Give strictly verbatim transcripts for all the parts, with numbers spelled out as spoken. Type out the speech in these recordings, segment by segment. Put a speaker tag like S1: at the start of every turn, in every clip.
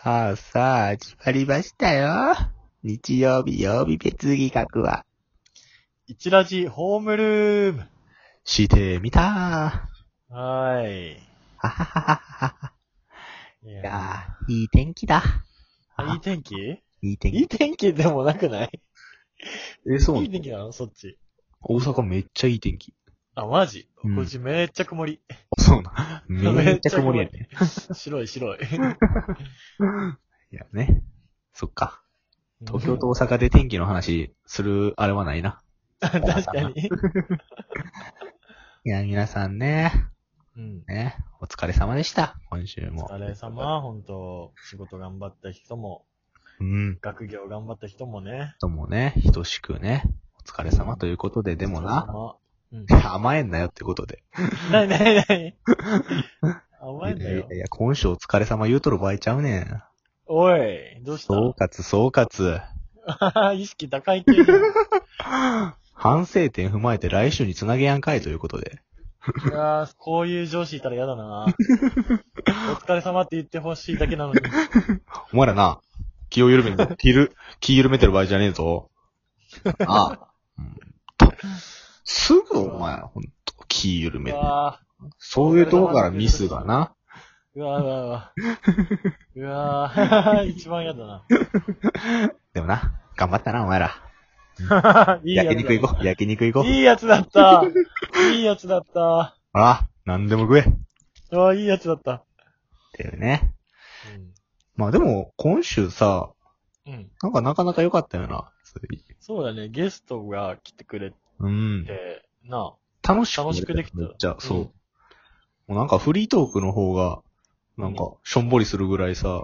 S1: さあさあ、始まりましたよ。日曜日曜日別企画は、
S2: 一ラジホームルーム。
S1: してみたー。
S2: はーい。
S1: ははははは。
S2: い
S1: いやー、いい天気だ。
S2: ー、いい天気
S1: いい天気。
S2: いい天気でもなくない
S1: え、そ
S2: いい天気なのそっち。
S1: 大阪めっちゃいい天気。
S2: あ、マジ、
S1: うん
S2: こっちめっちゃ曇り。
S1: そうな。めっちゃ曇りやね。
S2: 白い白い。
S1: いやね。そっか。東京と大阪で天気の話するあれはないな。
S2: 確かに。
S1: いや、皆さんね。
S2: うん。
S1: ね。お疲れ様でした。今週も。
S2: お疲れ様。ほんと、仕事頑張った人も、
S1: うん。
S2: 学業頑張った人もね。
S1: ともね、等しくね。お疲れ様ということで、でもな。
S2: うん。
S1: いや甘えんなよってことで。
S2: なになになに甘えんだよ
S1: いやいや。いや、今週お疲れ様言うとる場合ちゃうねん。
S2: おい、どうした
S1: 総括、総括。
S2: 意識高い系じ
S1: 反省点踏まえて来週につなげやんかいということで。
S2: ゃん。いやー、こういう上司いたら嫌だな。お疲れ様って言ってほしいだけなのに。
S1: お前らな、気を緩めて、気る、気緩めてる場合じゃねえぞ。ああ。うんとすぐお前、ほんと、気緩めて。
S2: うわ
S1: そういうとこからミスがな。
S2: ー、うわーうわーうわー。うわー、一番嫌だな。
S1: でもな、頑張ったな、お前ら。
S2: いいやつだ
S1: 焼肉行こう、焼肉行こう。
S2: いいやつだった。いいやつだった。
S1: ああ、なんでも食え。っ
S2: うわー、いいやつだった。
S1: ていうね。まあでも、今週さ、
S2: うん。うん。
S1: なんかなかなか良かったよな。
S2: そうだね、ゲストが来てくれ
S1: うん。
S2: て、な
S1: 楽しく
S2: 楽しくできた
S1: めっちゃ、そう。
S2: うん
S1: もうなんかフリートークの方が、なんか、しょんぼりするぐらいさ、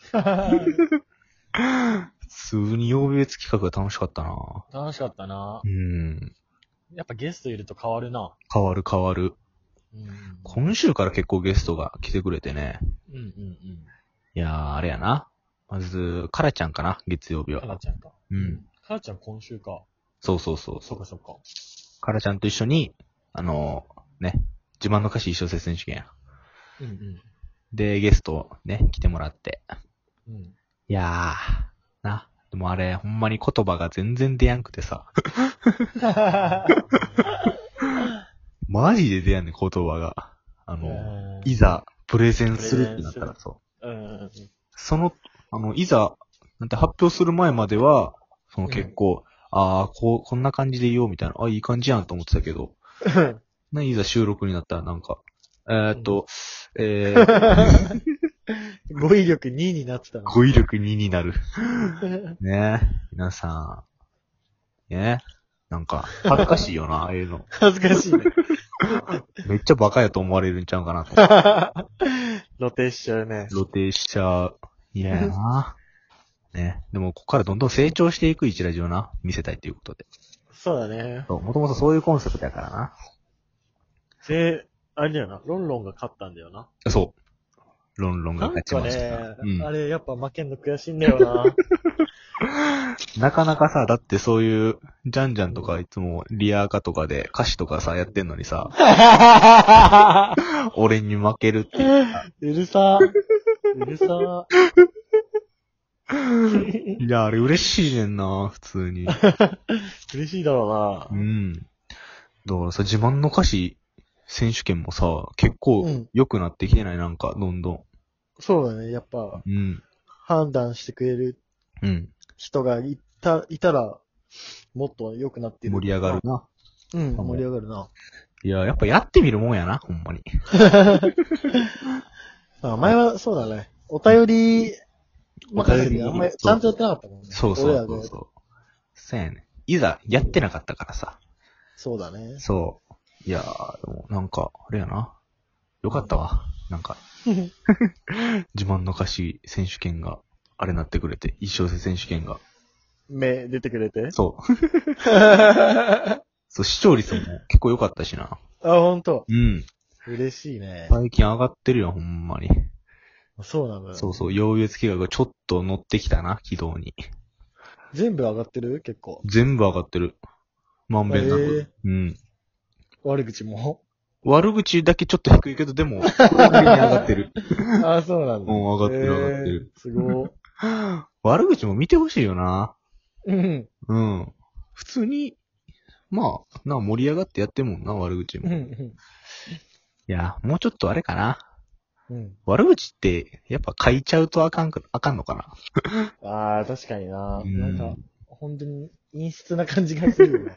S2: あ。
S1: 普通に曜日別企画が楽しかったな。
S2: 楽しかったな
S1: う。ん。
S2: やっぱゲストいると変わるな。
S1: 変わる変わる。
S2: うん。
S1: 今週から結構ゲストが来てくれてね。
S2: うんうんうん。
S1: いやー、あれやな。まず、カラちゃんかな、月曜日は。
S2: かなちゃんか。
S1: うん。
S2: かなちゃん今週か。
S1: そうそうそう。
S2: そっかそっか。
S1: カラちゃんと一緒に、あのー、ね、自慢の歌詞一小節選手権や。
S2: うんうん。
S1: で、ゲストね、来てもらって。
S2: うん。
S1: いやー、な。でもあれ、ほんまに言葉が全然出やんくてさ。マジで出やんねん、言葉が。あの、いざ、プレゼンするってなったらそう。
S2: うんうん
S1: その、あの、いざ、なんて発表する前までは、その結構、ああ、こう、こんな感じで言おうみたいな、あいい感じやんと思ってたけど、
S2: うん。
S1: ね、いざ収録になったらなんか、えー、っと、えー、
S2: 語彙力にになってたの。
S1: 語彙力にになる。ねえ、皆さん。ねえ、なんか、恥ずかしいよな、ああいうの。
S2: 恥ずかしいね。
S1: めっちゃバカやと思われるんちゃうかなと。
S2: 露呈しちゃうね。
S1: 露呈しちゃう。嫌やな。ね。でも、ここからどんどん成長していく一ラジオな、見せたいということで。
S2: そうだね。
S1: そう、もともとそういうコンセプトやからな。
S2: で、あれだよな。ロンロンが勝ったんだよな。
S1: そう。ロンロンが
S2: なん
S1: 勝ち
S2: か
S1: ました。
S2: ね、
S1: うん。
S2: あれやっぱ負けんの悔しいんだよな。
S1: なかなかさ、だってそういう、ジャンジャンとかいつもリアーカとかで歌詞とかさ、やってんのにさ、俺に負けるっていうさ。
S2: うるさ。うるさ。
S1: いや、あれ嬉しいねんな、普通に。
S2: 嬉しいだろうな。
S1: うん。だからさ、自慢の歌詞選手権もさ、結構良くなってきてない、なんか、どんどん。
S2: そうだね。やっぱ、
S1: うん。
S2: 判断してくれる
S1: うん。
S2: 人がいた、いたら、もっと良くなってる。
S1: 盛り上がる。な。
S2: うん、盛り上がるな。
S1: いや、やっぱやってみるもんやな、ほんまに。
S2: あ、前はそうだね。お便り、
S1: お便り
S2: あんまりちゃんとやってなかったもんね。
S1: そうそうそう
S2: 俺らで
S1: そう。そうやね。いざ、やってなかったからさ。
S2: そうだね。
S1: そう。いやー、でも、なんか、あれやな。よかったわ。なんか、自慢の歌詞選手権が、あれなってくれて、一小節選手権が。
S2: 目出てくれて。
S1: そう。そう、視聴率も結構良かったしな。
S2: あ、ほんと。
S1: うん。
S2: 嬉しいね。
S1: 最近上がってるよ、ほんまに。
S2: そうなんだよ。
S1: そうそう、曜月企画がちょっと乗ってきたな、軌道に。
S2: 全部上がってる結構。
S1: 全部上がってる。まんべんなく。
S2: へー
S1: うん。
S2: 悪口も。
S1: 悪口だけちょっと低いけど、でも、上がってる。
S2: ああ、そうなんだ。
S1: うん、上がってる上がってる。
S2: すごい。
S1: 悪口も見てほしいよな。
S2: うん。
S1: うん。普通に、まあ、な、盛り上がってやってんもんな、悪口も。い
S2: うん。
S1: や、もうちょっとあれかな。
S2: うん。
S1: 悪口って、やっぱ書いちゃうとあかんく、あかんのかな。
S2: ああ、確かにな。
S1: うん
S2: なんか、本当に陰湿な感じがするよね。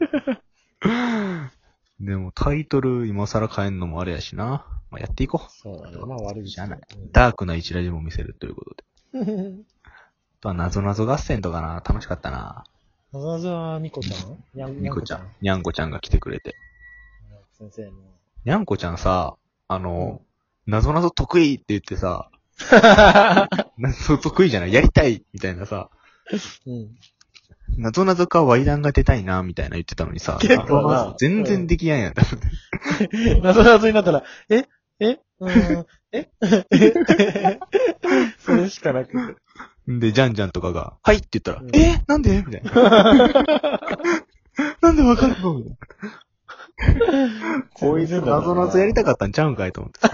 S1: でもタイトル今更変えんのもあれやしな。まあ、やっていこう。
S2: そうだね。まあ悪口
S1: じゃない。
S2: うん
S1: ダークな一ラジも見せるということで。あとは、なぞなぞ合戦とかな。楽しかったな。
S2: なぞなぞはみこちゃんにゃん
S1: ニコちゃん。にゃんこちゃんが来てくれて。
S2: 先生の。
S1: にゃんこちゃんさ、あの、なぞなぞ得意って言ってさ、なぞ得意じゃないやりたいみたいなさ、
S2: うん。
S1: なぞなぞかワイダンが出たいなみたいな言ってたのにさ、
S2: 結構な
S1: なぞなぞ全然できやんやん。
S2: なぞなぞになったら、ええうーん、ええそれしかなくて。
S1: で、ジャンジャンとかが、はいって言ったら、
S2: うん
S1: えなんでみたいな。なんでわかるのみたいな。こいつなぞなぞやりたかったんちゃうんかいと思って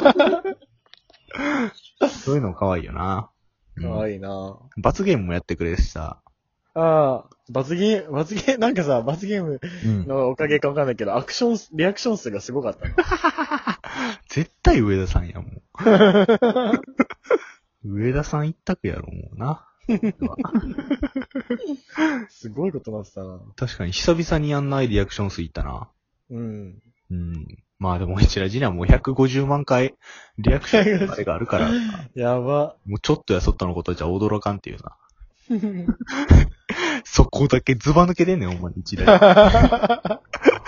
S1: さ。そういうの可愛いよな。
S2: かわ
S1: い。
S2: いいな
S1: 罰ゲームもやってくれるしさ。
S2: ああ、罰ゲーム、罰ゲーム、なんかさ、罰ゲーム
S1: うん。
S2: のおかげかわかんないけど、アクションス、リアクション数がすごかったな。
S1: 絶対上田さんやもん。上田さん一択やろ、もうな。
S2: すごいことなってたな。
S1: 確かに久々にやんないリアクション数いったな。
S2: うん。
S1: うん。まあでも、一ラジにはもうひゃくごじゅうまん回リアクションのあれがあるから、
S2: やば。
S1: もうちょっとやそっとのことじゃ驚かんっていうな。そこだけズバ抜けでんねん、お前、一ラ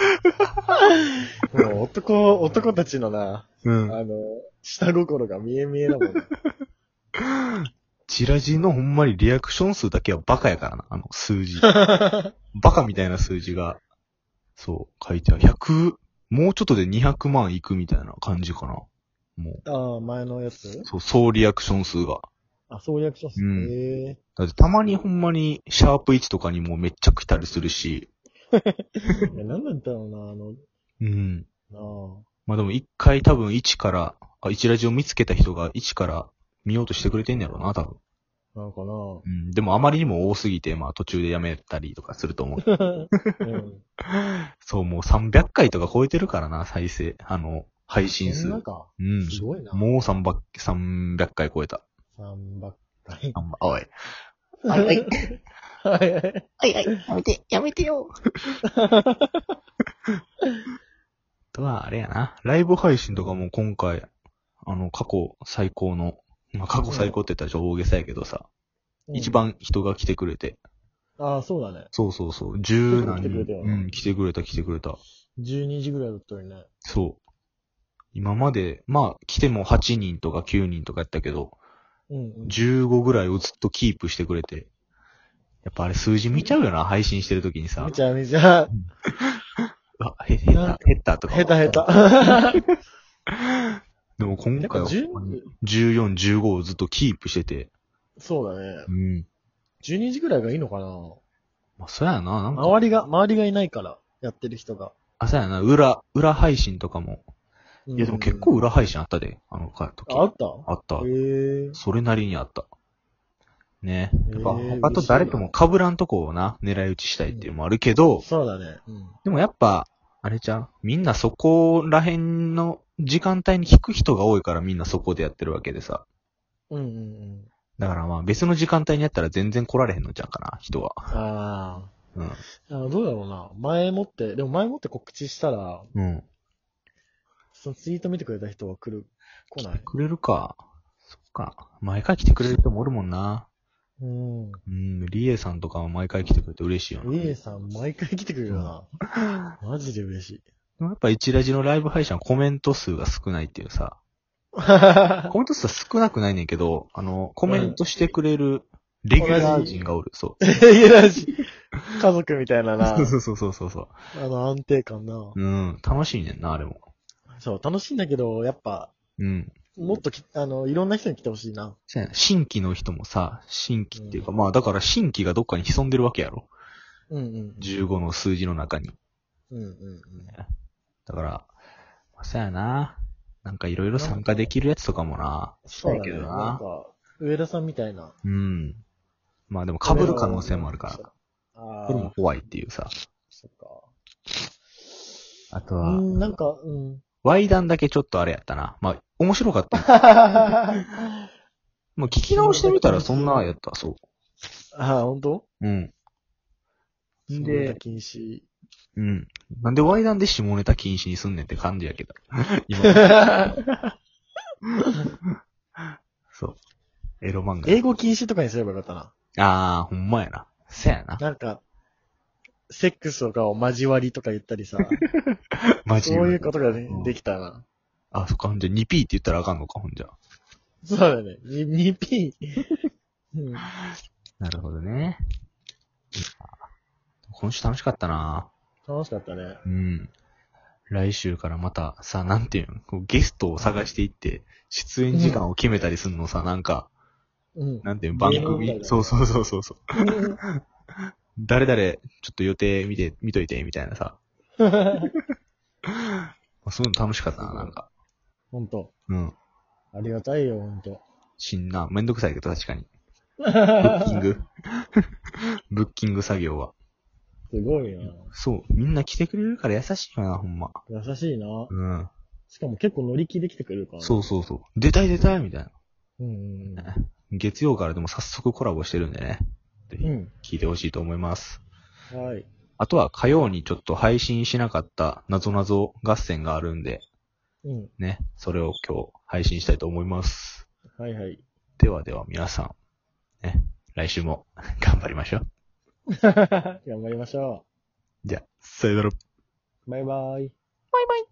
S1: ジ。
S2: もう男、男たちのな、
S1: うん。
S2: あの、下心が見え見えだもんね。
S1: チラジのほんまにリアクション数だけはバカやからな、あの数字。バカみたいな数字が、そう、書いてある。ひゃく、もうちょっとでにひゃくまんいくみたいな感じかな。も
S2: ああ、前のやつ
S1: う、そう、総リアクション数が。
S2: あ、そういうリアクション数。
S1: うん
S2: へえ。
S1: だってたまにほんまに、シャープいちとかにもめっちゃ来たりするし。
S2: いや、なんだったろうな、あの、
S1: うん。
S2: なあ。
S1: まあでも一回多分いちから、あ、いちラジを見つけた人がいちから見ようとしてくれてんやろな、多分。
S2: なんかな。
S1: うん。でもあまりにも多すぎて、まあ途中でやめたりとかすると思う。
S2: うん。
S1: そう、もうさんびゃっかいとか超えてるからな、再生。あの、配信数。
S2: そんなか。
S1: うん。
S2: すごいな。
S1: もうさんびゃく、さんびゃっかい超えた。
S2: 三ばっかり。
S1: あんま、おい。
S2: はいはい。はいはい。
S1: はいはい、やめて、やめてよ。とは、あれやな。ライブ配信とかも今回、あの、過去最高の、まあ、過去最高って言ったらちょっと大げさやけどさ、
S2: うん
S1: 一。番人が来てくれて。
S2: ああ、そうだね。
S1: そうそうそう。十何
S2: 来てくれたよな
S1: うん、来てくれた、来てくれた。
S2: じゅうにじぐらいだったよね。
S1: そう。今まで、まあ、来てもはちにんとかきゅうにんとかやったけど、
S2: うんうん。
S1: じゅうごぐらいをずっとキープしてくれて。やっぱあれ数字見ちゃうよな、配信してる時にさ。
S2: めちゃめちゃ、
S1: あ、へ、へった、へったとか。
S2: 下手下手。
S1: でも今回は
S2: やっぱ
S1: じゅうよん、じゅうごをずっとキープしてて。
S2: そうだね
S1: う。ん。
S2: じゅうにじぐらいがいいのかな。
S1: まあ、そうやな、なんか。
S2: 周りが、周りがいないから、やってる人が。
S1: あ、そうやな、裏、裏配信とかも。
S2: い
S1: いや、でも結構裏配信あったで、あの時。
S2: あった
S1: あった。
S2: へえ。
S1: それなりにあった。ね。やっぱ
S2: へえ
S1: 他と誰とも被らんとこをな、狙い撃ちしたいっていうのもあるけど、
S2: そうだね。うん。
S1: でもやっぱ、あれじゃん、みんなそこら辺の時間帯に聞く人が多いからみんなそこでやってるわけでさ。
S2: うんうんうん。
S1: だからまあ別の時間帯にやったら全然来られへんのじゃんかな、人は。
S2: あ
S1: うん。
S2: あ。あのどうだろうな。前もって、でも前もって告知したら、
S1: うん。
S2: そのツイート見てくれた人は来る、来ない
S1: くれるか。そっか。毎回来てくれる人もおるもんな。
S2: うん。
S1: うん。リエさんとかは毎回来てくれて嬉しいよな。
S2: リエさん毎回来てくれるよな。マジで嬉しい。
S1: でもやっぱ一ラジのライブ配信はコメント数が少ないっていうさ。コメント数は少なくないねんけど、あの、コメントしてくれるレギュラー陣がおる。そう。
S2: いやらしい。家族みたいなな。
S1: そうそうそうそうそう。
S2: あの安定感な。
S1: うん。楽しいねんな、あれも。
S2: そう、楽しいんだけど、やっぱ、
S1: うん。
S2: もっとき、あの、いろんな人に来てほしいな。
S1: そうやな新規の人もさ、新規っていうか、
S2: うん
S1: まあだから新規がどっかに潜んでるわけやろ。
S2: うんうん。
S1: じゅうごの数字の中に。
S2: うんうんうん。
S1: だから、 そうやな。なんかいろいろ参加できるやつとかもな。
S2: そうだね。
S1: したいけど
S2: なん
S1: な。
S2: か、上田さんみたいな。
S1: うん。まあでも被る可能性もあるから。
S2: ああ。
S1: それも怖いっていうさ。
S2: そっか。
S1: あとは、
S2: うん、なんか、うん。
S1: ワイダンだけちょっとあれやったな。まあ、面白かったよ。もう聞き直してみたらそんなやった、そう。
S2: ああ、ほんと？
S1: うん。
S2: 下ネ
S1: で
S2: タ、禁止。
S1: うん。なんでワイダンで下ネタ禁止にすんねんって感じやけど。今。そう。エロ漫画。
S2: 英語禁止とかにすればよかったな。
S1: あー、ほんまやな。せやな。
S2: なんか、セックスとかを交わりとか言ったりさ。
S1: マジ
S2: そういうことがね、
S1: うん
S2: できたな。
S1: あ、そっか。ほんじゃ にピー って言ったらあかんのか、ほんじゃ。
S2: そうだね。に にピー。うん
S1: なるほどね。今週楽しかったな。
S2: 楽しかったね。
S1: うん。来週からまたさ、なんていうん、こうゲストを探していって、出演時間を決めたりすんのさ、なんか、
S2: うん。
S1: なんていう番
S2: 芸人みたい
S1: 組、
S2: な
S1: そうそうそうそうそう。
S2: うん
S1: 誰々、ちょっと予定見て、見といて、みたいなさ。そういうの楽しかったな、なんか。
S2: ほんと。
S1: うん。
S2: ありがたいよ、ほんと。
S1: しんな。めんどくさいけど、確かに。ブッキング。ブッキング作業は。
S2: すごいな。
S1: そう。みんな来てくれるから優しいよな、ほんま。
S2: 優しいな。
S1: うん。
S2: しかも結構乗り気できてくれるからね。
S1: そうそうそう。出たい出たいみたいな。
S2: うんうん
S1: 月曜からでも早速コラボしてるんでね。ぜひ
S2: うん。うん。
S1: 聞いてほしいと思います。
S2: はい。
S1: あとは火曜にちょっと配信しなかった謎々合戦があるんで、
S2: うん。
S1: ね。それを今日配信したいと思います。
S2: はいはい。
S1: ではでは皆さん、ね。来週も頑張りましょう。
S2: 頑張りましょ
S1: じゃあ、さよなら。
S2: う。バイバイ。
S1: バイバイ。